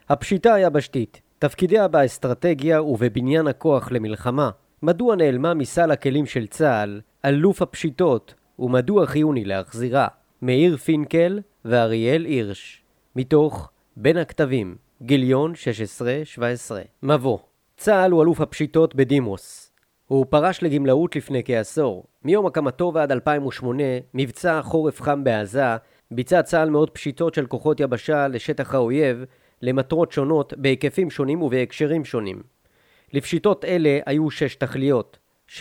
הפשיטה היבשתית, תפקידיה באסטרטגיה ובבניין הכוח למלחמה. מדוע נעלמה מסל הכלים של צה"ל אלוף הפשיטות ומדוע חיוני להחזירה? מאיר פינקל ואריאל הירש, מתוך בין הכתבים, גיליון 16-17. מבוא. צה"ל הוא אלוף הפשיטות בדימוס. הוא פרש לגמלאות לפני כעשור. מיום הקמתו ועד 2008, מבצע חורף חם בעזה, ביצע צה"ל מאות פשיטות של כוחות יבשה לשטח האויב, למטרות שונות בהיקפים שונים ובהקשרים שונים. לפשיטות אלה היו 6 תכליות,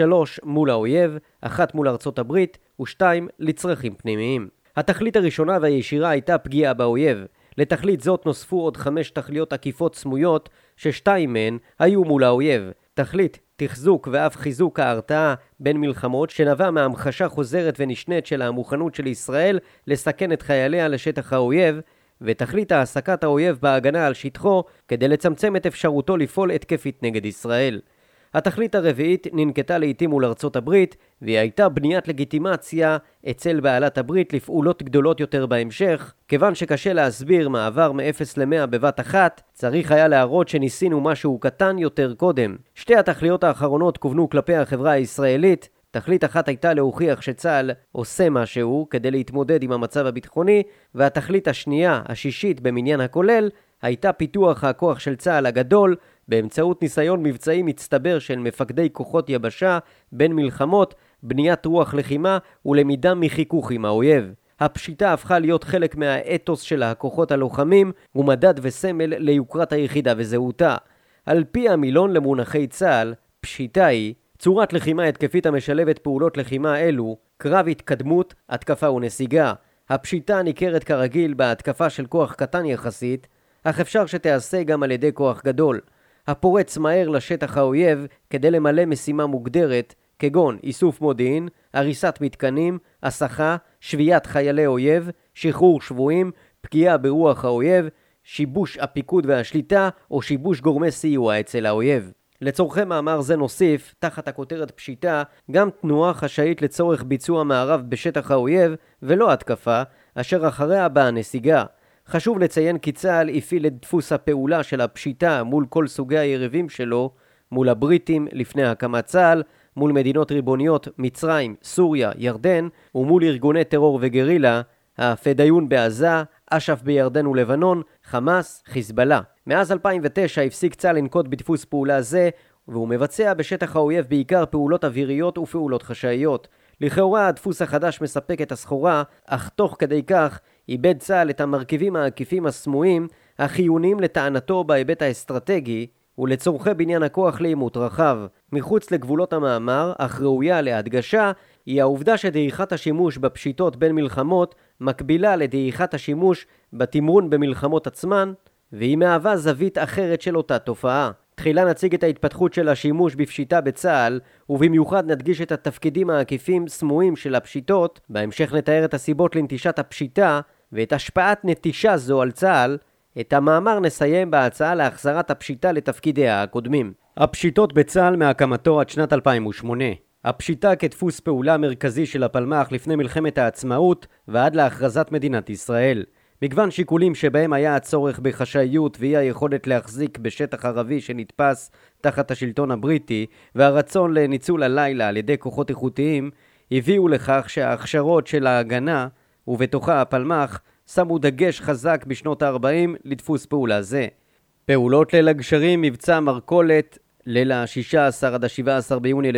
3 מול האויב, 1 מול ארצות הברית ו2 לצרכים פנימיים. התכלית הראשונה והישירה הייתה פגיעה באויב. לתכלית זאת נוספו עוד 5 תכליות עקיפות סמויות ש2 מהן היו מול האויב. תכלית תחזוק ואף חיזוק ההרתעה בין מלחמות שנבע מהמחשה חוזרת ונשנית של המוכנות של ישראל לסכן את חייליה לשטח האויב, ותכלית העסקת האויב בהגנה על שטחו כדי לצמצם את אפשרותו לפעול התקפית נגד ישראל. התכלית הרביעית ננקטה לעתים מול ארצות הברית, והיא הייתה בניית לגיטימציה אצל בעלת הברית לפעולות גדולות יותר בהמשך. כיוון שקשה להסביר מעבר מ-0 ל-100 בבת אחת, צריך היה להראות שניסינו משהו קטן יותר קודם. שתי התכליות האחרונות כוונו כלפי החברה הישראלית. תכלית אחת הייתה להוכיח שצה"ל עושה משהו כדי להתמודד עם המצב הביטחוני, והתכלית השנייה, השישית במניין הכולל, הייתה פיתוח הכוח של צה"ל הגדול באמצעות ניסיון מבצעי מצטבר של מפקדי כוחות יבשה בין מלחמות, בניית רוח לחימה ולמידה מחיכוך עם האויב. הפשיטה הפכה להיות חלק מהאתוס של הכוחות הלוחמים ומדד וסמל ליוקרת היחידה וזהותה. על פי המילון למונחי צה"ל, פשיטה היא צורת לחימה התקפית המשלבת פעולות לחימה אלו, קרב התקדמות, התקפה ונסיגה. הפשיטה ניכרת כרגיל בהתקפה של כוח קטן יחסית, אך אפשר שתעשה גם על ידי כוח גדול. הפורץ מהר לשטח האויב כדי למלא משימה מוגדרת, כגון איסוף מודיעין, הריסת מתקנים, הסחה, שביית חיילי אויב, שחרור שבויים, פגיעה ברוח האויב, שיבוש הפיקוד והשליטה או שיבוש גורמי סיוע אצל האויב. לצורכי מאמר זה נוסיף, תחת הכותרת פשיטה, גם תנועה חשאית לצורך ביצוע מערב בשטח האויב ולא התקפה, אשר אחריה באה נסיגה. חשוב לציין כי צה"ל הפעיל את דפוס הפעולה של הפשיטה מול כל סוגי היריבים שלו, מול הבריטים לפני הקמת צה"ל, מול מדינות ריבוניות מצרים, סוריה, ירדן, ומול ארגוני טרור וגרילה, הפדאיון בעזה, אש"ף בירדן ולבנון, חמאס, חיזבאללה. מאז 2009 הפסיק צה"ל לנקוט בדפוס פעולה זה, והוא מבצע בשטח האויב בעיקר פעולות אוויריות ופעולות חשאיות. לכאורה הדפוס החדש מספק את הסחורה, אך תוך כדי כך איבד צה"ל את המרכיבים העקיפים הסמויים החיוניים לטענתו בהיבט האסטרטגי ולצורכי בניין הכוח לאימות רחב. מחוץ לגבולות המאמר, אך ראויה להדגשה, היא העובדה שדעיכת השימוש בפשיטות בין מלחמות מקבילה לדעיכת השימוש בתמרון במלחמות עצמן, והיא מהווה זווית אחרת של אותה תופעה. תחילה נציג את ההתפתחות של השימוש בפשיטה בצה"ל, ובמיוחד נדגיש את התפקידים העקיפים סמויים של הפשיטות. בהמשך נתאר את הסיבות לנטישת הפשיטה ואת השפעת נטישה זו על צה"ל. את המאמר נסיים בהצעה להחזרת הפשיטה לתפקידיה הקודמים. הפשיטות בצה"ל מהקמתו עד שנת 2008. הפשיטה כדפוס פעולה מרכזי של הפלמ"ח לפני מלחמת העצמאות ועד להכרזת מדינת ישראל. מגוון שיקולים שבהם היה הצורך בחשאיות והיא היכולת להחזיק בשטח ערבי שנתפס תחת השלטון הבריטי והרצון לניצול הלילה על ידי כוחות איכותיים הביאו לכך שההכשרות של ההגנה ובתוכה הפלמ"ח שמו דגש חזק בשנות ה-40 לדפוס פעולה זה. פעולות ליל הגשרים, מבצע מרקולת, ליל ה-16 עד ה-17 ביוני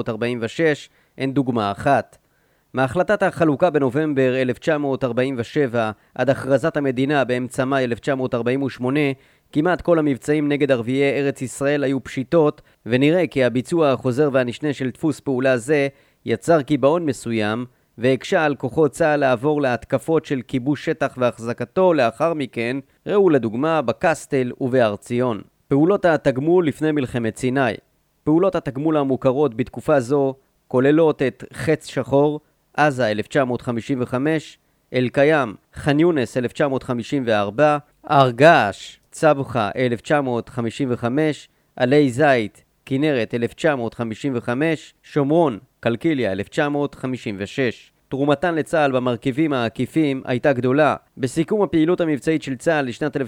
1946 הן דוגמה אחת. מהחלטת החלוקה בנובמבר 1947 עד הכרזת המדינה באמצע מאי 1948, כמעט כל המבצעים נגד ערביי ארץ ישראל היו פשיטות, ונראה כי הביצוע החוזר והנשנה של דפוס פעולה זה יצר קיבעון מסוים, והקשה על כוחות צה"ל לעבור להתקפות של כיבוש שטח והחזקתו לאחר מכן, ראו לדוגמה בקסטל ובהר ציון. פעולות התגמול לפני מלחמת סיני. פעולות התגמול המוכרות בתקופה זו כוללות את חץ שחור, עזה 1955, אל-קיים, ח'אן יונס 1954, הר-געש, צבחה 1955, עלי זית, כנרת 1955, שומרון, קלקיליה 1956. תרומתן לצה"ל במרכיבים העקיפים הייתה גדולה. בסיכום הפעילות המבצעית של צה"ל לשנת 1955-1956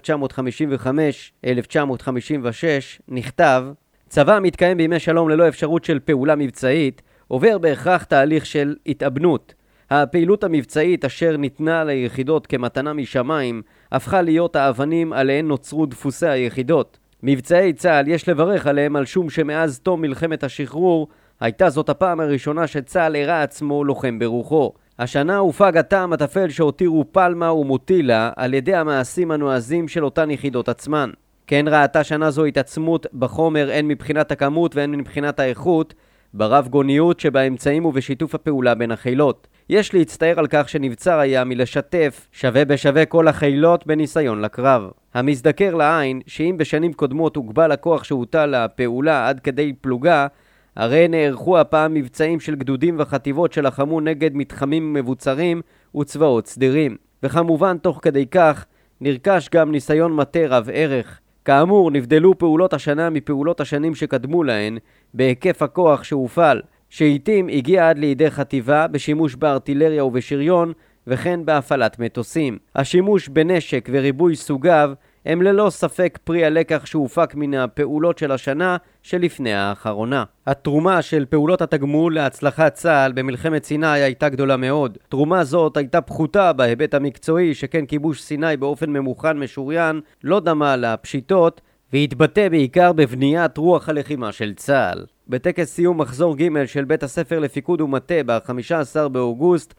נכתב: צבא המתקיים בימי שלום ללא אפשרות של פעולה מבצעית עובר בהכרח תהליך של התאבנות. הפעילות המבצעית אשר ניתנה ליחידות כמתנה משמיים הפכה להיות האבנים עליהן נוצרו דפוסי היחידות. מבצעי צה"ל יש לברך עליהם על שום שמאז תום מלחמת השחרור הייתה זאת הפעם הראשונה שצה"ל הראה עצמו לוחם ברוחו. השנה הופג הטעם הטפל שהותירו פלמה ומוטילה על ידי המעשים הנועזים של אותן יחידות עצמן. כן ראתה שנה זו התעצמות בחומר הן מבחינת הכמות והן מבחינת האיכות, ברב גוניות שבאמצעים ובשיתוף הפעולה בין החילות. יש להצטער על כך שנבצר היה מלשתף שווה בשווה כל החילות בניסיון לקרב. המזדקר לעין שאם בשנים קודמות הוגבל הכוח שהוטל לפעולה עד כדי פלוגה, הרי נערכו הפעם מבצעים של גדודים וחטיבות שלחמו נגד מתחמים מבוצרים וצבאות סדירים. וכמובן תוך כדי כך נרכש גם ניסיון מטה רב ערך. כאמור נבדלו פעולות השנה מפעולות השנים שקדמו להן בהיקף הכוח שהופעל, שעיתים הגיע עד לידי חטיבה בשימוש בארטילריה ובשריון וכן בהפעלת מטוסים. השימוש בנשק וריבוי סוגיו הם ללא ספק פרי הלקח שהופק מן הפעולות של השנה שלפני האחרונה. התרומה של פעולות התגמול להצלחת צה"ל במלחמת סיני הייתה גדולה מאוד. תרומה זאת הייתה פחותה בהיבט המקצועי, שכן כיבוש סיני באופן ממוכן משוריין לא דמה לפשיטות והתבטא בעיקר בבניית רוח הלחימה של צה"ל. בטקס סיום מחזור ג' של בית הספר לפיקוד ומטה ב-15 באוגוסט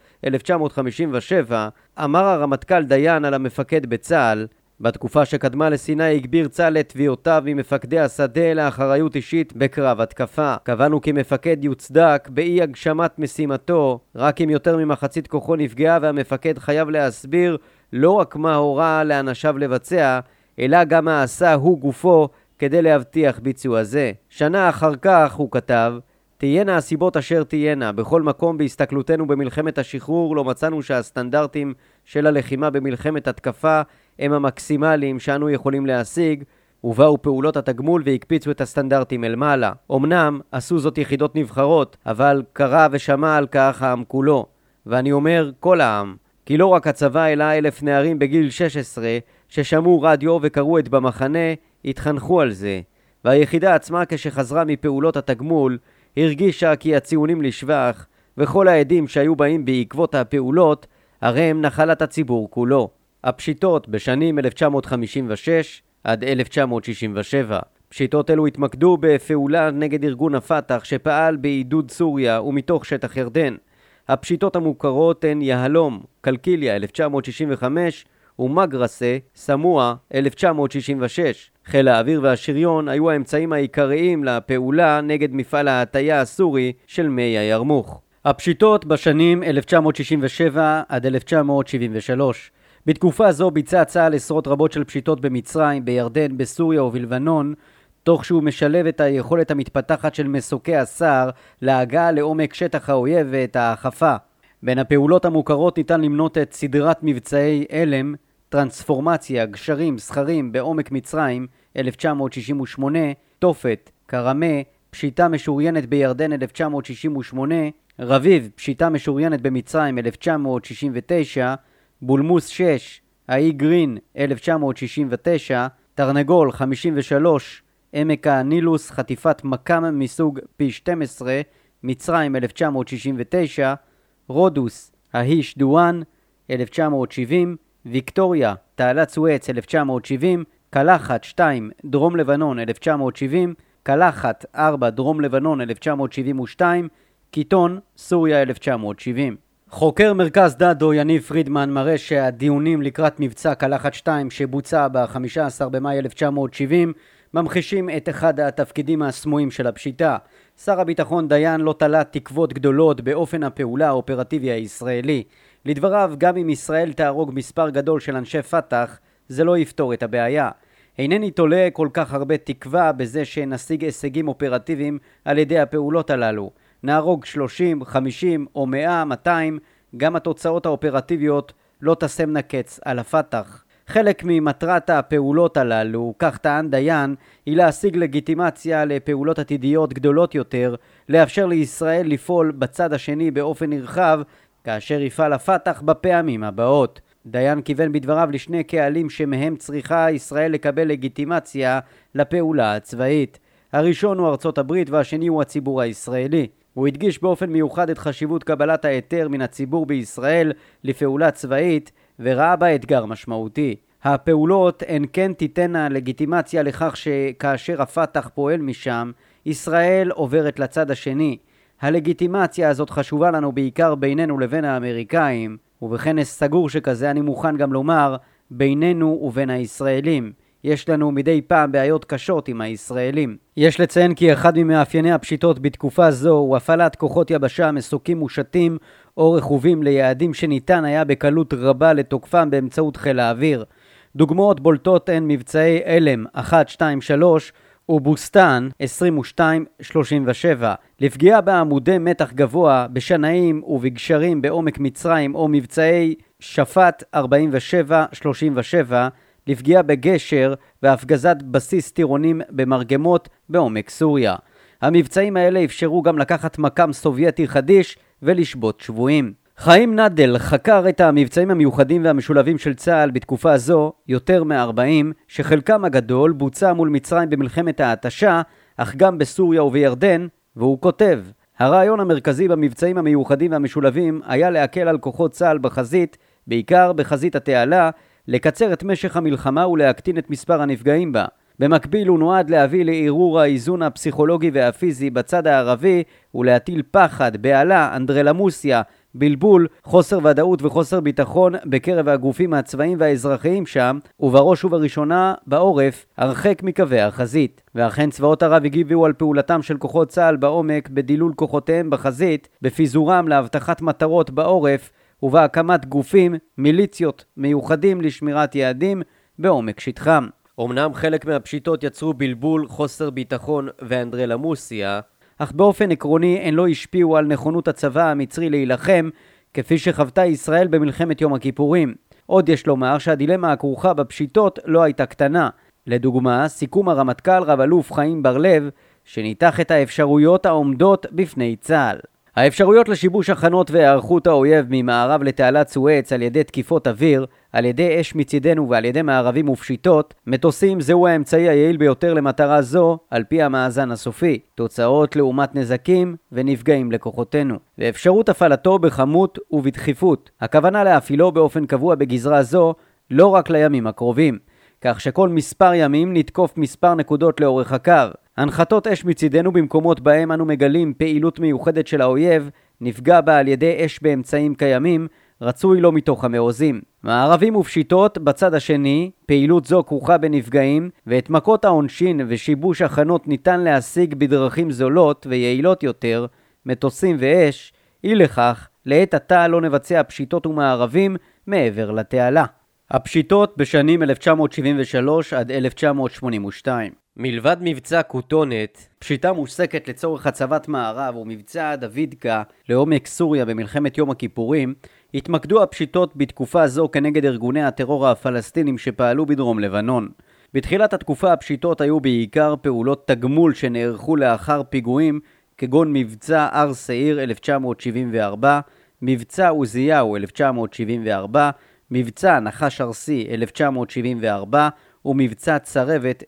1957 אמר הרמטכ"ל דיין על המפקד בצה"ל: בתקופה שקדמה לסיני הגביר צה"ל את תביעותיו ממפקדי השדה לאחריות אישית בקרב התקפה. קבענו כי מפקד יוצדק באי הגשמת משימתו רק אם יותר ממחצית כוחו נפגעה, והמפקד חייב להסביר לא רק מה הורה לאנשיו לבצע, אלא גם מה עשה הוא גופו כדי להבטיח ביצוע זה. שנה אחר כך הוא כתב: תהיינה הסיבות אשר תהיינה, בכל מקום בהסתכלותנו במלחמת השחרור לא מצאנו שהסטנדרטים של הלחימה במלחמת התקפה הם המקסימליים שאנו יכולים להשיג, ובאו פעולות התגמול והקפיצו את הסטנדרטים אל מעלה. אמנם עשו זאת יחידות נבחרות, אבל קרא ושמע על כך העם כולו. ואני אומר כל העם, כי לא רק הצבא אלא 1,000 נערים בגיל 16 ששמעו רדיו וקראו את במחנה התחנכו על זה. והיחידה עצמה כשחזרה מפעולות התגמול הרגישה כי הציונים לשבח וכל העדים שהיו באים בעקבות הפעולות הרי הם נחלת הציבור כולו. הפשיטות בשנים 1956 עד 1967. פשיטות אלו התמקדו בפעולה נגד ארגון הפתח שפעל בעידוד סוריה ומתוך שטח ירדן. הפשיטות המוכרות הן יהלום, קלקיליה 1965 ומגרסה, סמוע 1966. חיל האוויר והשריון היו האמצעים העיקריים לפעולה נגד מפעל ההטיה הסורי של מי הירמוך. הפשיטות בשנים 1967 עד 1973. בתקופה זו ביצע צה"ל עשרות רבות של פשיטות במצרים, בירדן, בסוריה ובלבנון, תוך שהוא משלב את היכולת המתפתחת של מסוקי הסער להגעה לעומק שטח האויב ואת האכפה. בין הפעולות המוכרות ניתן למנות את סדרת מבצעי אלם, טרנספורמציה, גשרים, סחרים בעומק מצרים 1968, תופת, קרמה, פשיטה משוריינת בירדן 1968, רביב, פשיטה משוריינת במצרים 1969, בולמוס 6, האי גרין 1969, תרנגול 53, עמק הנילוס, חטיפת מקם מסוג P12, מצרים 1969, רודוס, ההיש דואן 1970, ויקטוריה, תעלת סואץ 1970, קלחת 2, דרום לבנון 1970, קלחת 4, דרום לבנון 1972, קיטון, סוריה 1970. חוקר מרכז דדו יניב פרידמן מראה שהדיונים לקראת מבצע קלחת 2 שבוצע ב-15 במאי 1970 ממחישים את אחד התפקידים הסמויים של הפשיטה. שר הביטחון דיין לא תלה תקוות גדולות באופן הפעולה האופרטיבי הישראלי. לדבריו, גם אם ישראל תהרוג מספר גדול של אנשי פתח, זה לא יפתור את הבעיה. אינני תולה כל כך הרבה תקווה בזה שנשיג הישגים אופרטיביים על ידי הפעולות הללו. נהרוג 30, 50 או 100, 200, גם התוצאות האופרטיביות לא תשמנה קץ על הפתח. חלק ממטרת הפעולות הללו, כך טען דיין, היא להשיג לגיטימציה לפעולות עתידיות גדולות יותר, לאפשר לישראל לפעול בצד השני באופן נרחב, כאשר יפעל הפתח בפעמים הבאות. דיין כיוון בדבריו לשני קהלים שמהם צריכה ישראל לקבל לגיטימציה לפעולה הצבאית. הראשון הוא ארצות הברית והשני הוא הציבור הישראלי. הוא הדגיש באופן מיוחד את חשיבות קבלת ההיתר מן הציבור בישראל לפעולה צבאית וראה בה אתגר משמעותי. הפעולות הן כן תיתנה לגיטימציה לכך שכאשר הפתח פועל משם, ישראל עוברת לצד השני. הלגיטימציה הזאת חשובה לנו בעיקר בינינו לבין האמריקאים, ובכנס סגור שכזה אני מוכן גם לומר בינינו ובין הישראלים. יש לנו מדי פעם בעיות קשות עם הישראלים. יש לציין כי אחד ממאפייני הפשיטות בתקופה זו הוא הפעלת כוחות יבשה מסוקים מושטים או רכובים ליעדים שניתן היה בקלות רבה לתוקפם באמצעות חיל האוויר. דוגמאות בולטות הן מבצעי אלם 123 ובוסטן 2237 לפגיעה בעמודי מתח גבוה בשנאים ובגשרים בעומק מצרים, או מבצעי שפט 4737 לפגיעה בגשר והפגזת בסיס טירונים במרגמות בעומק סוריה. המבצעים האלה אפשרו גם לקחת מקם סובייטי חדיש ולשבות שבויים. חיים נדל חקר את המבצעים המיוחדים והמשולבים של צה"ל בתקופה זו, יותר מ-40, שחלקם הגדול בוצע מול מצרים במלחמת ההתשה, אך גם בסוריה ובירדן, והוא כותב: הרעיון המרכזי במבצעים המיוחדים והמשולבים היה להקל על כוחות צה"ל בחזית, בעיקר בחזית התעלה, לקצר את משך המלחמה ולהקטין את מספר הנפגעים בה. במקביל הוא נועד להביא לערעור האיזון הפסיכולוגי והפיזי בצד הערבי ולהטיל פחד, בעלה, אנדרלמוסיה, בלבול, חוסר ודאות וחוסר ביטחון בקרב הגופים הצבאיים והאזרחיים שם, ובראש ובראשונה בעורף, הרחק מקווי החזית. ואכן צבאות ערב הגיבו על פעולתם של כוחות צה"ל בעומק בדילול כוחותיהם בחזית, בפיזורם להבטחת מטרות בעורף, ובהקמת גופים, מיליציות מיוחדים לשמירת יעדים בעומק שטחם. אמנם חלק מהפשיטות יצרו בלבול, חוסר ביטחון ואנדרלמוסיה, אך באופן עקרוני הן לא השפיעו על נכונות הצבא המצרי להילחם, כפי שחוותה ישראל במלחמת יום הכיפורים. עוד יש לומר שהדילמה הכרוכה בפשיטות לא הייתה קטנה. לדוגמה, סיכום הרמטכ"ל רב אלוף חיים בר-לב, שניתח את האפשרויות העומדות בפני צה"ל. האפשרויות לשיבוש הכנות והיערכות האויב ממערב לתעלת סואץ על ידי תקיפות אוויר, על ידי אש מצידנו ועל ידי מערבים ופשיטות, מטוסים זהו האמצעי היעיל ביותר למטרה זו על פי המאזן הסופי, תוצאות לעומת נזקים ונפגעים לכוחותינו, ואפשרות הפעלתו בכמות ובדחיפות. הכוונה להפעילו באופן קבוע בגזרה זו לא רק לימים הקרובים, כך שכל מספר ימים נתקוף מספר נקודות לאורך הקו. הנחתות אש מצידנו במקומות בהם אנו מגלים פעילות מיוחדת של האויב, נפגע בה על ידי אש באמצעים קיימים, רצוי לו מתוך המעוזים. מערבים ופשיטות בצד השני, פעילות זו כרוכה בנפגעים, ואת מכות העונשין ושיבוש הכנות ניתן להשיג בדרכים זולות ויעילות יותר, מטוסים ואש, אי לכך, לעת עתה לא נבצע פשיטות ומערבים מעבר לתעלה. הפשיטות בשנים 1973 עד 1982. מלבד מבצע כותונת, פשיטה מושקת לצורך הצבת מערב ומבצע דוידקה לעומק סוריה במלחמת יום הכיפורים, התמקדו הפשיטות בתקופה זו כנגד ארגוני הטרור הפלסטינים שפעלו בדרום לבנון. בתחילת התקופה הפשיטות היו בעיקר פעולות תגמול שנערכו לאחר פיגועים, כגון מבצע אר סעיר 1974, מבצע עוזיהו 1974, מבצע נחש ארסי 1974 ומבצע צרבת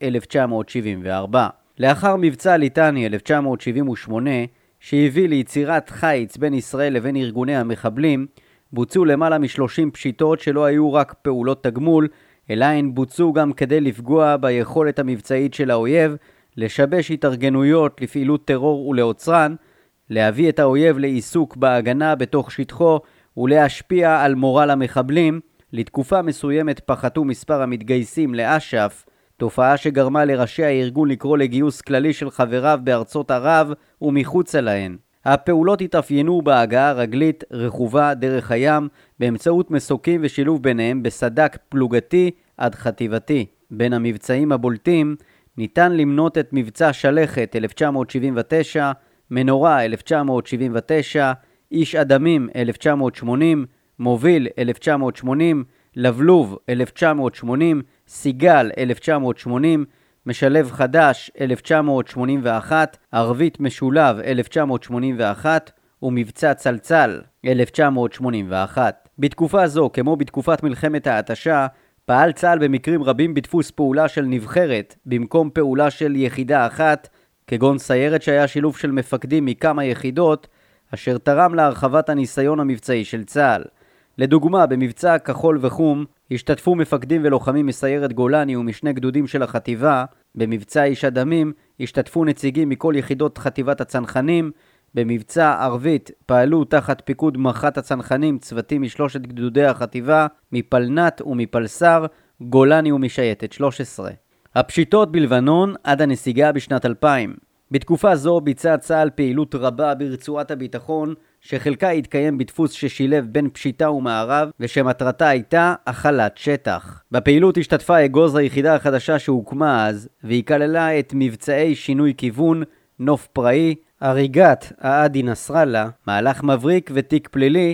1974. לאחר מבצע ליטני 1978, שהביא ליצירת חיץ בין ישראל לבין ארגוני המחבלים, בוצעו למעלה מ-30 פשיטות שלא היו רק פעולות תגמול, אלא הן בוצעו גם כדי לפגוע ביכולת המבצעית של האויב, לשבש התארגנויות לפעילות טרור ולעוצרן, להביא את האויב לעיסוק בהגנה בתוך שטחו ולהשפיע על מורל המחבלים. לתקופה מסוימת פחתו מספר המתגייסים לאש"ף, תופעה שגרמה לראשי הארגון לקרוא לגיוס כללי של חבריו בארצות ערב ומחוצה להן. הפעולות התאפיינו בהגעה רגלית רכובה דרך הים באמצעות מסוקים ושילוב ביניהם בסדק פלוגתי עד חטיבתי. בין המבצעים הבולטים ניתן למנות את מבצע שלכת 1979, מנורה 1979, איש אדמים 1980, מוביל 1980, לבלוב 1980, סיגל 1980, משלב חדש 1981, ערבית משולב 1981 ומבצע צלצל 1981. בתקופה זו, כמו בתקופת מלחמת ההתשה, פעל צה"ל במקרים רבים בדפוס פעולה של נבחרת במקום פעולה של יחידה אחת, כגון סיירת שהיה שילוב של מפקדים מכמה יחידות, אשר תרם להרחבת הניסיון המבצעי של צה"ל. לדוגמה, במבצע כחול וחום השתתפו מפקדים ולוחמים מסיירת גולני ומשני גדודים של החטיבה. במבצע איש אדמים השתתפו נציגים מכל יחידות חטיבת הצנחנים. במבצע ערבית פעלו תחת פיקוד מח"ט הצנחנים צוותים משלושת גדודי החטיבה, מפלנט ומפלסר, גולני ומשייטת 13. הפשיטות בלבנון עד הנסיגה בשנת 2000. בתקופה זו ביצע צה"ל פעילות רבה ברצועת הביטחון, שחלקה התקיים בדפוס ששילב בין פשיטה ומערב, ושמטרתה הייתה החלת שטח. בפעילות השתתפה אגוז היחידה החדשה שהוקמה אז, והיא כללה את מבצעי שינוי כיוון, נוף פראי, הריגת העדי נסראללה, מהלך מבריק ותיק פלילי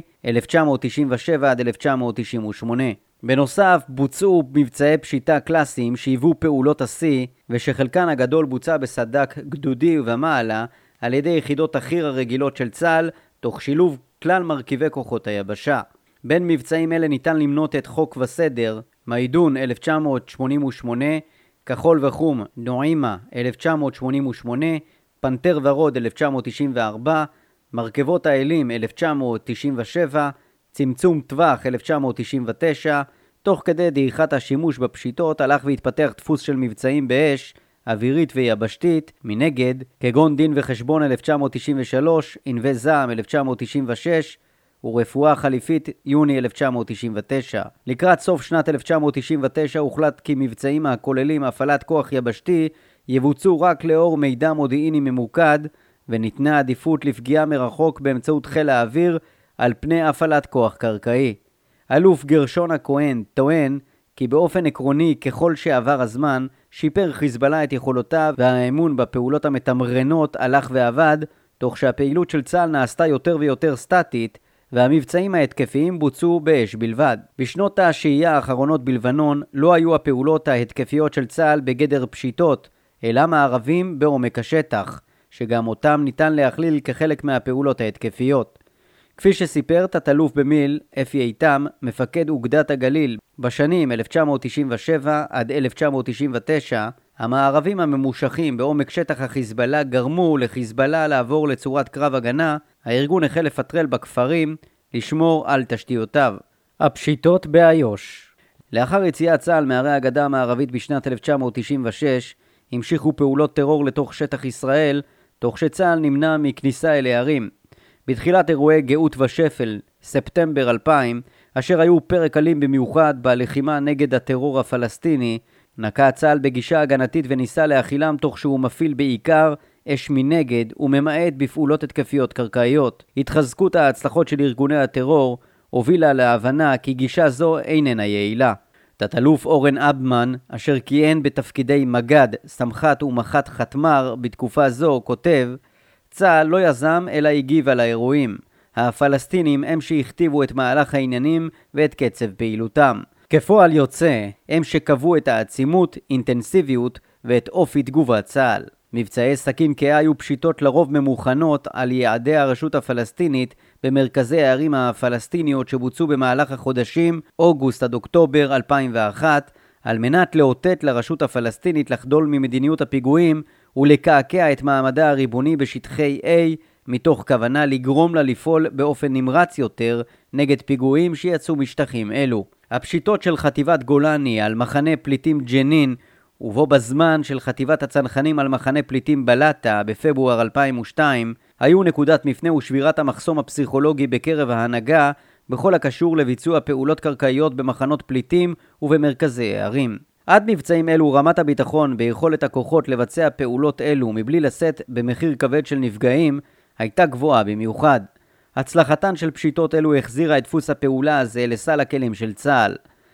1997 עד 1998. בנוסף, בוצעו מבצעי פשיטה קלאסיים שהיוו פעולות השיא, ושחלקן הגדול בוצע בסד"כ גדודי ומעלה על ידי יחידות החי"ר הרגילות של צה"ל, תוך שילוב כלל מרכיבי כוחות היבשה. בין מבצעים אלה ניתן למנות את חוק וסדר, מיידון 1988, כחול וחום נועימה 1988, פנתר ורוד 1994, מרכבות האלים 1997, צמצום טווח 1999. תוך כדי דעיכת השימוש בפשיטות הלך והתפתח דפוס של מבצעים באש, אווירית ויבשתית, מנגד, כגון דין וחשבון 1993, ענבי זעם 1996, ורפואה חליפית יוני 1999. לקראת סוף שנת 1999 הוחלט כי מבצעים הכוללים הפעלת כוח יבשתי יבוצעו רק לאור מידע מודיעיני ממוקד, וניתנה עדיפות לפגיעה מרחוק באמצעות חיל האוויר על פני הפעלת כוח קרקעי. אלוף גרשון הכהן טוען כי באופן עקרוני ככל שעבר הזמן שיפר חיזבאללה את יכולותיו, והאמון בפעולות המתמרנות הלך ועבד, תוך שהפעילות של צה"ל נעשתה יותר ויותר סטטית, והמבצעים ההתקפיים בוצעו באש בלבד. בשנות השהייה האחרונות בלבנון לא היו הפעולות ההתקפיות של צה"ל בגדר פשיטות, אלא מערבים בעומק השטח, שגם אותם ניתן להכליל כחלק מהפעולות ההתקפיות. כפי שסיפר תת-אלוף במיל אפי איתם, מפקד אוגדת הגליל, בשנים 1997 עד 1999, המערבים הממושכים בעומק שטח החיזבאללה גרמו לחיזבאללה לעבור לצורת קרב הגנה. הארגון החל לפטרל בכפרים, לשמור על תשתיותיו. הפשיטות באיו"ש. לאחר יציאת צה"ל מערי הגדה המערבית בשנת 1996, המשיכו פעולות טרור לתוך שטח ישראל, תוך שצה"ל נמנע מכניסה אל הערים. בתחילת אירועי גאות ושפל, ספטמבר 2000, אשר היו פרק אלים במיוחד בלחימה נגד הטרור הפלסטיני, נקט צה"ל בגישה הגנתית וניסה להכילם תוך שהוא מפעיל בעיקר אש מנגד וממעט בפעולות התקפיות קרקעיות. התחזקות ההצלחות של ארגוני הטרור הובילה להבנה כי גישה זו איננה יעילה. תת-אלוף אורן אבמן, אשר כיהן בתפקידי מג"ד, סמח"ט ומח"ט חתמ"ר בתקופה זו, כותב, צה"ל לא יזם אלא הגיב על האירועים. הפלסטינים הם שהכתיבו את מהלך העניינים ואת קצב פעילותם. כפועל יוצא, הם שקבעו את העצימות, אינטנסיביות ואת אופי תגובת צה"ל. מבצעי סכין קאה היו פשיטות לרוב ממוכנות על יעדי הרשות הפלסטינית במרכזי הערים הפלסטיניות שבוצעו במהלך החודשים אוגוסט עד אוקטובר 2001, על מנת לאותת לרשות הפלסטינית לחדול ממדיניות הפיגועים ולקעקע את מעמדה הריבוני בשטחי A, מתוך כוונה לגרום לה לפעול באופן נמרץ יותר נגד פיגועים שיצאו משטחים אלו. הפשיטות של חטיבת גולני על מחנה פליטים ג'נין, ובו בזמן של חטיבת הצנחנים על מחנה פליטים בלטה בפברואר 2002, היו נקודת מפנה ושבירת המחסום הפסיכולוגי בקרב ההנהגה בכל הקשור לביצוע פעולות קרקעיות במחנות פליטים ובמרכזי הערים. עד מבצעים אלו רמת הביטחון ביכולת הכוחות לבצע פעולות אלו מבלי לשאת במחיר כבד של נפגעים הייתה גבוהה במיוחד. הצלחתן של פשיטות אלו החזירה את דפוס הפעולה הזה לסל הכלים של צה"ל.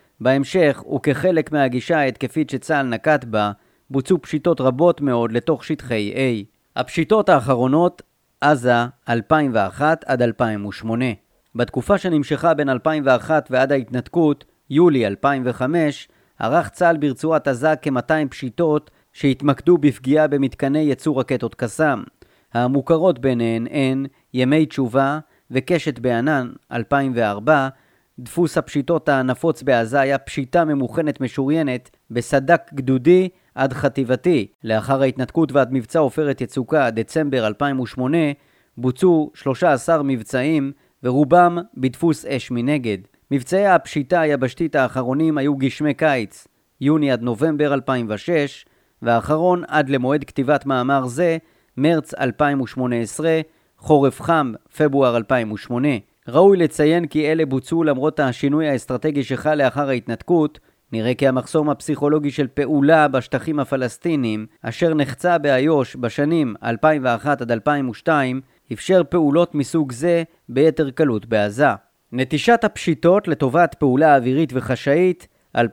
בהמשך, וכחלק מהגישה ההתקפית שצה"ל נקט בה, בוצעו פשיטות רבות מאוד לתוך שטחי A. הפשיטות האחרונות, עזה 2001 עד 2008. בתקופה שנמשכה בין 2001 ועד ההתנתקות, יולי 2005, ערך צה"ל ברצועת עזה כ-200 פשיטות שהתמקדו בפגיעה במתקני ייצור רקטות קסאם. המוכרות ביניהן הן ימי תשובה וקשת בענן 2004, דפוס הפשיטות הנפוץ בעזה היה פשיטה ממוכנת משוריינת בסדק גדודי עד חטיבתי. לאחר ההתנתקות ועד מבצע עופרת יצוקה דצמבר 2008 בוצעו 13 מבצעים ורובם בדפוס אש מנגד. מבצעי הפשיטה היבשתית האחרונים היו גשמי קיץ, יוני עד נובמבר 2006, והאחרון עד למועד כתיבת מאמר זה, מרץ 2018, חורף חם, פברואר 2008. ראוי לציין כי אלה בוצעו למרות השינוי האסטרטגי שחל לאחר ההתנתקות. נראה כי המחסום הפסיכולוגי של פעולה בשטחים הפלסטינים, אשר נחצה באיו"ש בשנים 2001 עד 2002, אפשר פעולות מסוג זה ביתר קלות בעזה. נטישת הפשיטות לטובת פעולה אווירית וחשאית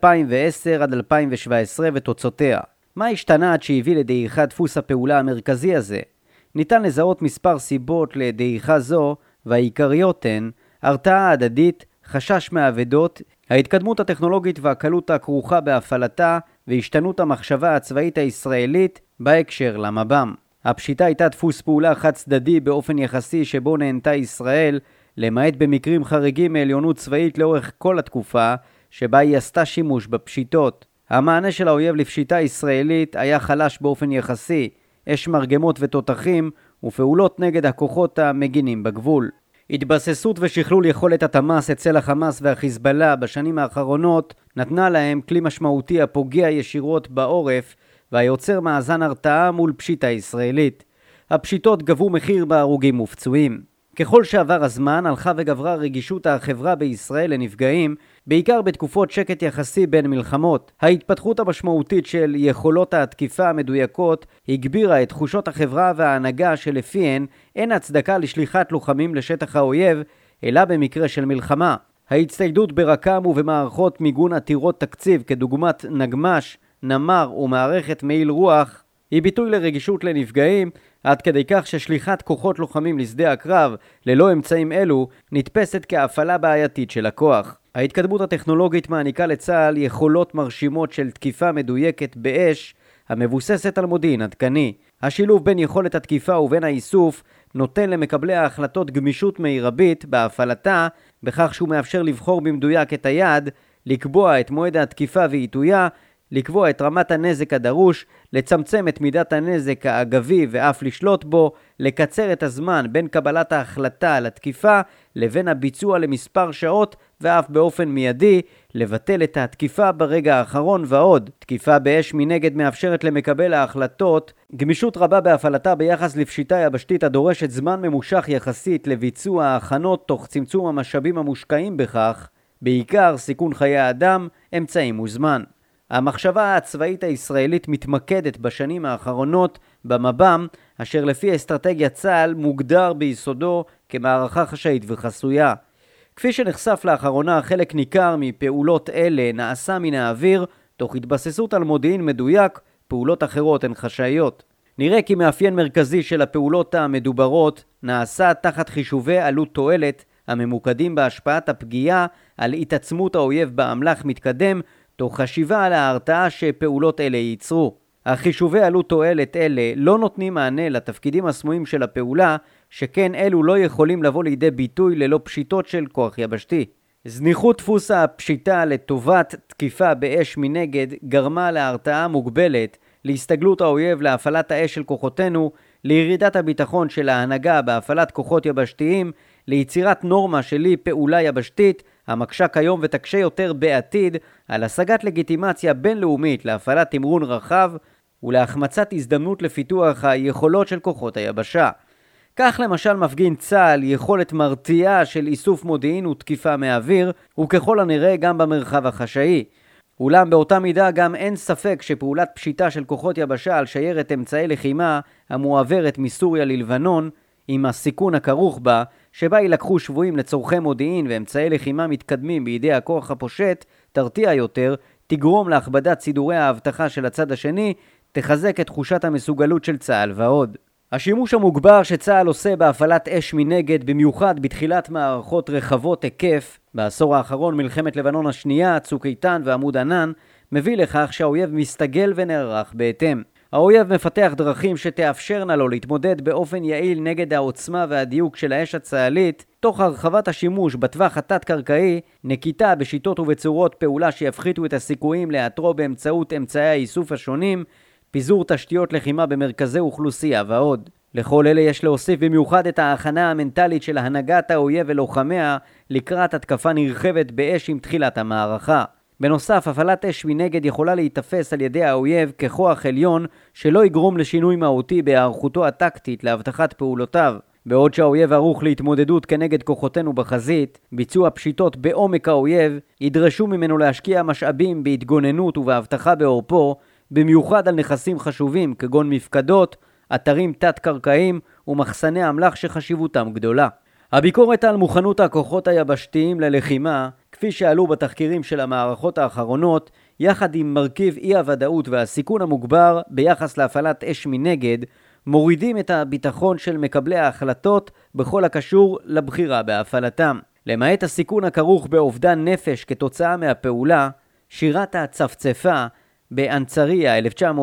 2010 עד 2017 ותוצאותיה. מה השתנה עד שהביא לדעיכת דפוס הפעולה המרכזי הזה? ניתן לזהות מספר סיבות לדעיכה זו, והעיקריות הן הרתעה הדדית, חשש מעבדות, ההתקדמות הטכנולוגית והקלות הכרוכה בהפעלתה והשתנות המחשבה הצבאית הישראלית בהקשר למב"ם. הפשיטה הייתה דפוס פעולה חד צדדי באופן יחסי שבו נהנתה ישראל, למעט במקרים חריגים מעליונות צבאית לאורך כל התקופה שבה היא עשתה שימוש בפשיטות. המענה של האויב לפשיטה ישראלית היה חלש באופן יחסי, אש מרגמות ותותחים ופעולות נגד הכוחות המגינים בגבול. התבססות ושכלול יכולת התמ"ס אצל החמאס והחיזבאללה בשנים האחרונות נתנה להם כלי משמעותי הפוגע ישירות בעורף והיוצר מאזן הרתעה מול פשיטה ישראלית. הפשיטות גבו מחיר בהרוגים ופצועים. ככל שעבר הזמן הלכה וגברה רגישות החברה בישראל לנפגעים, בעיקר בתקופות שקט יחסי בין מלחמות. ההתפתחות המשמעותית של יכולות התקיפה המדויקות הגבירה את תחושות החברה וההנהגה שלפיהן אין הצדקה לשליחת לוחמים לשטח האויב, אלא במקרה של מלחמה. ההצטיידות ברק"ם ובמערכות מיגון עתירות תקציב כדוגמת נגמ"ש, נמר ומערכת מעיל רוח היא ביטוי לרגישות לנפגעים, עד כדי כך ששליחת כוחות לוחמים לשדה הקרב ללא אמצעים אלו נתפסת כהפעלה בעייתית של הכוח. ההתקדמות הטכנולוגית מעניקה לצה"ל יכולות מרשימות של תקיפה מדויקת באש המבוססת על מודיעין עדכני. השילוב בין יכולת התקיפה ובין האיסוף נותן למקבלי ההחלטות גמישות מרבית בהפעלתה, בכך שהוא מאפשר לבחור במדויק את היעד, לקבוע את מועד התקיפה ועיתויה, לקבוע את רמת הנזק הדרוש, לצמצם את מידת הנזק האגבי ואף לשלוט בו, לקצר את הזמן בין קבלת ההחלטה על התקיפה לבין הביצוע למספר שעות ואף באופן מיידי, לבטל את התקיפה ברגע האחרון ועוד. תקיפה באש מנגד מאפשרת למקבל ההחלטות גמישות רבה בהפעלתה ביחס לפשיטה יבשתית הדורשת זמן ממושך יחסית לביצוע ההכנות תוך צמצום המשאבים המושקעים בכך, בעיקר סיכון חיי האדם, אמצעים וזמן. המחשבה הצבאית הישראלית מתמקדת בשנים האחרונות במב"ם, אשר לפי אסטרטגיית צה"ל מוגדר ביסודו כמערכה חשאית וחסויה. כפי שנחשף לאחרונה, חלק ניכר מפעולות אלה נעשה מן האוויר, תוך התבססות על מודיעין מדויק, פעולות אחרות הן חשאיות. נראה כי מאפיין מרכזי של הפעולות המדוברות נעשה תחת חישובי עלות תועלת, הממוקדים בהשפעת הפגיעה על התעצמות האויב באמל"ח מתקדם, תוך חשיבה על ההרתעה שפעולות אלה ייצרו. החישובי עלות תועלת אלה לא נותנים מענה לתפקידים הסמויים של הפעולה, שכן אלו לא יכולים לבוא לידי ביטוי ללא פשיטות של כוח יבשתי. זניחות דפוס הפשיטה לטובת תקיפה באש מנגד גרמה להרתעה מוגבלת, להסתגלות האויב להפעלת האש של כוחותינו, לירידת הביטחון של ההנהגה בהפעלת כוחות יבשתיים, ליצירת נורמה שלי פעולה יבשתית, המקשה כיום ותקשה יותר בעתיד על השגת לגיטימציה בינלאומית להפעלת תמרון רחב ולהחמצת הזדמנות לפיתוח היכולות של כוחות היבשה. כך למשל מפגין צה"ל יכולת מרתיעה של איסוף מודיעין ותקיפה מאוויר, וככל הנראה גם במרחב החשאי. אולם באותה מידה גם אין ספק שפעולת פשיטה של כוחות יבשה על שיירת אמצעי לחימה המועברת מסוריה ללבנון, עם הסיכון הכרוך בה, שבה ילקחו שבויים לצורכי מודיעין ואמצעי לחימה מתקדמים בידי הכוח הפושט, תרתיע יותר, תגרום להכבדת סידורי האבטחה של הצד השני, תחזק את תחושת המסוגלות של צה"ל ועוד. השימוש המוגבר שצה"ל עושה בהפעלת אש מנגד, במיוחד בתחילת מערכות רחבות היקף, בעשור האחרון מלחמת לבנון השנייה, צוק איתן ועמוד ענן, מביא לכך שהאויב מסתגל ונערך בהתאם. האויב מפתח דרכים שתאפשרנה לו להתמודד באופן יעיל נגד העוצמה והדיוק של האש הצה"לית, תוך הרחבת השימוש בטווח התת-קרקעי, נקיטה בשיטות ובצורות פעולה שיפחיתו את הסיכויים לאתרו באמצעות אמצעי האיסוף השונים, פיזור תשתיות לחימה במרכזי אוכלוסייה ועוד. לכל אלה יש להוסיף במיוחד את ההכנה המנטלית של הנהגת האויב ולוחמיה לקראת התקפה נרחבת באש עם תחילת המערכה. בנוסף, הפעלת אש מנגד יכולה להיתפס על ידי האויב ככוח עליון שלא יגרום לשינוי מהותי בהיערכותו הטקטית להבטחת פעולותיו. בעוד שהאויב ערוך להתמודדות כנגד כוחותינו בחזית, ביצוע פשיטות בעומק האויב ידרשו ממנו להשקיע משאבים בהתגוננות ובהבטחה בעורפו, במיוחד על נכסים חשובים כגון מפקדות, אתרים תת-קרקעיים ומחסני אמל"ח שחשיבותם גדולה. הביקורת על מוכנות הכוחות היבשתיים ללחימה, כפי שעלו בתחקירים של המערכות האחרונות, יחד עם מרכיב אי-הוודאות והסיכון המוגבר ביחס להפעלת אש מנגד, מורידים את הביטחון של מקבלי ההחלטות בכל הקשור לבחירה בהפעלתם. למעט הסיכון הכרוך באובדן נפש כתוצאה מהפעולה, שירת הצפצפה באנצריה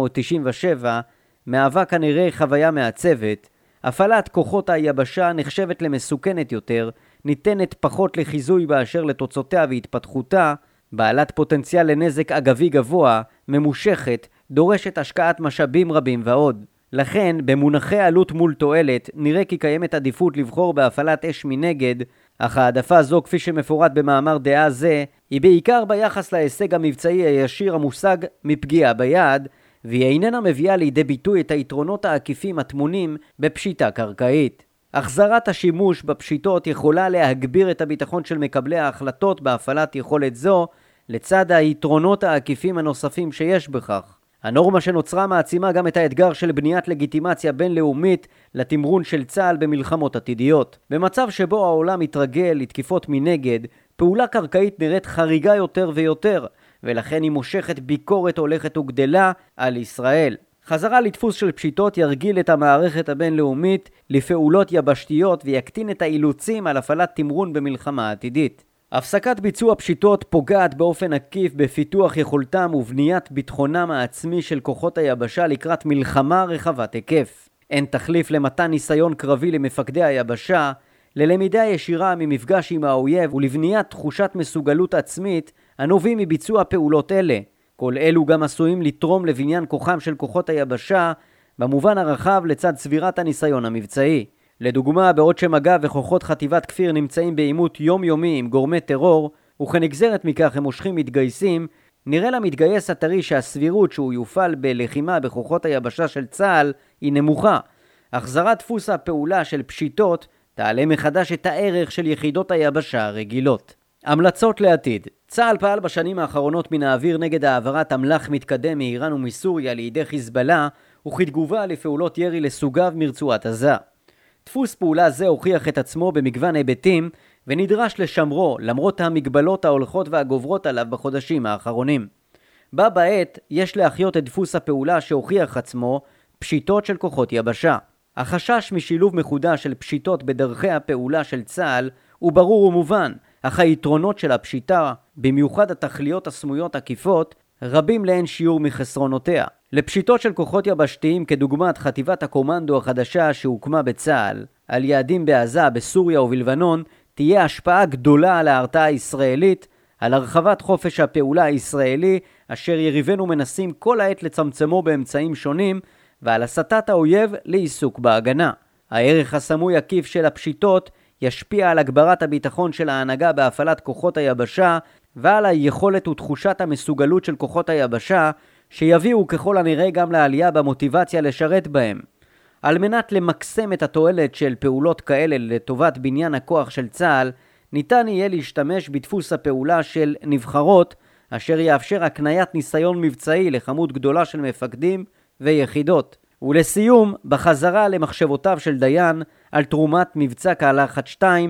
1997 מהווה כנראה חוויה מעצבת. הפעלת כוחות היבשה נחשבת למסוכנת יותר, ניתנת פחות לחיזוי באשר לתוצאותיה והתפתחותה, בעלת פוטנציאל לנזק אגבי גבוה, ממושכת, דורשת השקעת משאבים רבים ועוד. לכן, במונחי עלות מול תועלת, נראה כי קיימת עדיפות לבחור בהפעלת אש מנגד, אך העדפה זו, כפי שמפורט במאמר דעה זה, היא בעיקר ביחס להישג המבצעי הישיר המושג מפגיעה ביעד, והיא איננה מביאה לידי ביטוי את היתרונות העקיפים הטמונים בפשיטה קרקעית. החזרת השימוש בפשיטות יכולה להגביר את הביטחון של מקבלי ההחלטות בהפעלת יכולת זו, לצד היתרונות העקיפים הנוספים שיש בכך. הנורמה שנוצרה מעצימה גם את האתגר של בניית לגיטימציה בינלאומית לתמרון של צה"ל במלחמות עתידיות. במצב שבו העולם מתרגל לתקיפות מנגד, פעולה קרקעית נראית חריגה יותר ויותר, ולכן היא מושכת ביקורת הולכת וגדלה על ישראל. חזרה לדפוס של פשיטות ירגיל את המערכת הבינלאומית לפעולות יבשתיות ויקטין את האילוצים על הפעלת תמרון במלחמה עתידית. הפסקת ביצוע פשיטות פוגעת באופן עקיף בפיתוח יכולתם ובניית ביטחונם העצמי של כוחות היבשה לקראת מלחמה רחבת היקף. אין תחליף למתן ניסיון קרבי למפקדי היבשה, ללמידה ישירה ממפגש עם האויב ולבניית תחושת מסוגלות עצמית הנובעים מביצוע פעולות אלה. כל אלו גם עשויים לתרום לבניין כוחם של כוחות היבשה במובן הרחב לצד צבירת הניסיון המבצעי. לדוגמה, בעוד שמג"ב וכוחות חטיבת כפיר נמצאים בעימות יומיומי עם גורמי טרור, וכנגזרת מכך הם מושכים מתגייסים, נראה למתגייס הטרי שהסבירות שהוא יופעל בלחימה בכוחות היבשה של צה"ל היא נמוכה. החזרת דפוס הפעולה של פשיטות תעלה מחדש את הערך של יחידות היבשה הרגילות. המלצות לעתיד. צה"ל פעל בשנים האחרונות מן האוויר נגד העברת אמל"ח מתקדם מאיראן ומסוריה לידי חיזבאללה, וכתגובה לפעולות ירי לסוגיו מרצועת עזה. דפוס פעולה זה הוכיח את עצמו במגוון היבטים, ונדרש לשמרו למרות המגבלות ההולכות והגוברות עליו בחודשים האחרונים. בה בעת יש להחיות את דפוס הפעולה שהוכיח עצמו פשיטות של כוחות יבשה. החשש משילוב מחודש של פשיטות בדרכי הפעולה של צה"ל הוא ברור ומובן, אך היתרונות של הפשיטה, במיוחד התכליות הסמויות עקיפות, רבים לאין שיעור מחסרונותיה. לפשיטות של כוחות יבשתיים כדוגמת חטיבת הקומנדו החדשה שהוקמה בצה"ל, על יעדים בעזה, בסוריה ובלבנון, תהיה השפעה גדולה על ההרתעה הישראלית, על הרחבת חופש הפעולה הישראלי, אשר יריבינו מנסים כל העת לצמצמו באמצעים שונים, ועל הסטת האויב לעיסוק בהגנה. הערך הסמוי עקיף של הפשיטות ישפיע על הגברת הביטחון של ההנהגה בהפעלת כוחות היבשה, ועל היכולת ותחושת המסוגלות של כוחות היבשה, שיביאו ככל הנראה גם לעלייה במוטיבציה לשרת בהם. על מנת למקסם את התועלת של פעולות כאלה לטובת בניין הכוח של צה"ל, ניתן יהיה להשתמש בדפוס הפעולה של נבחרות, אשר יאפשר הקניית ניסיון מבצעי לכמות גדולה של מפקדים ויחידות. ולסיום, בחזרה למחשבותיו של דיין על תרומת מבצע קהלחת 2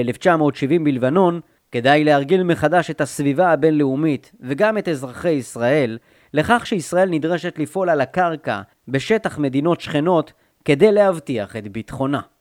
ב-1970 בלבנון, כדאי להרגיל מחדש את הסביבה הבינלאומית וגם את אזרחי ישראל, לכך שישראל נדרשת לפעול על הקרקע בשטח מדינות שכנות כדי להבטיח את ביטחונה.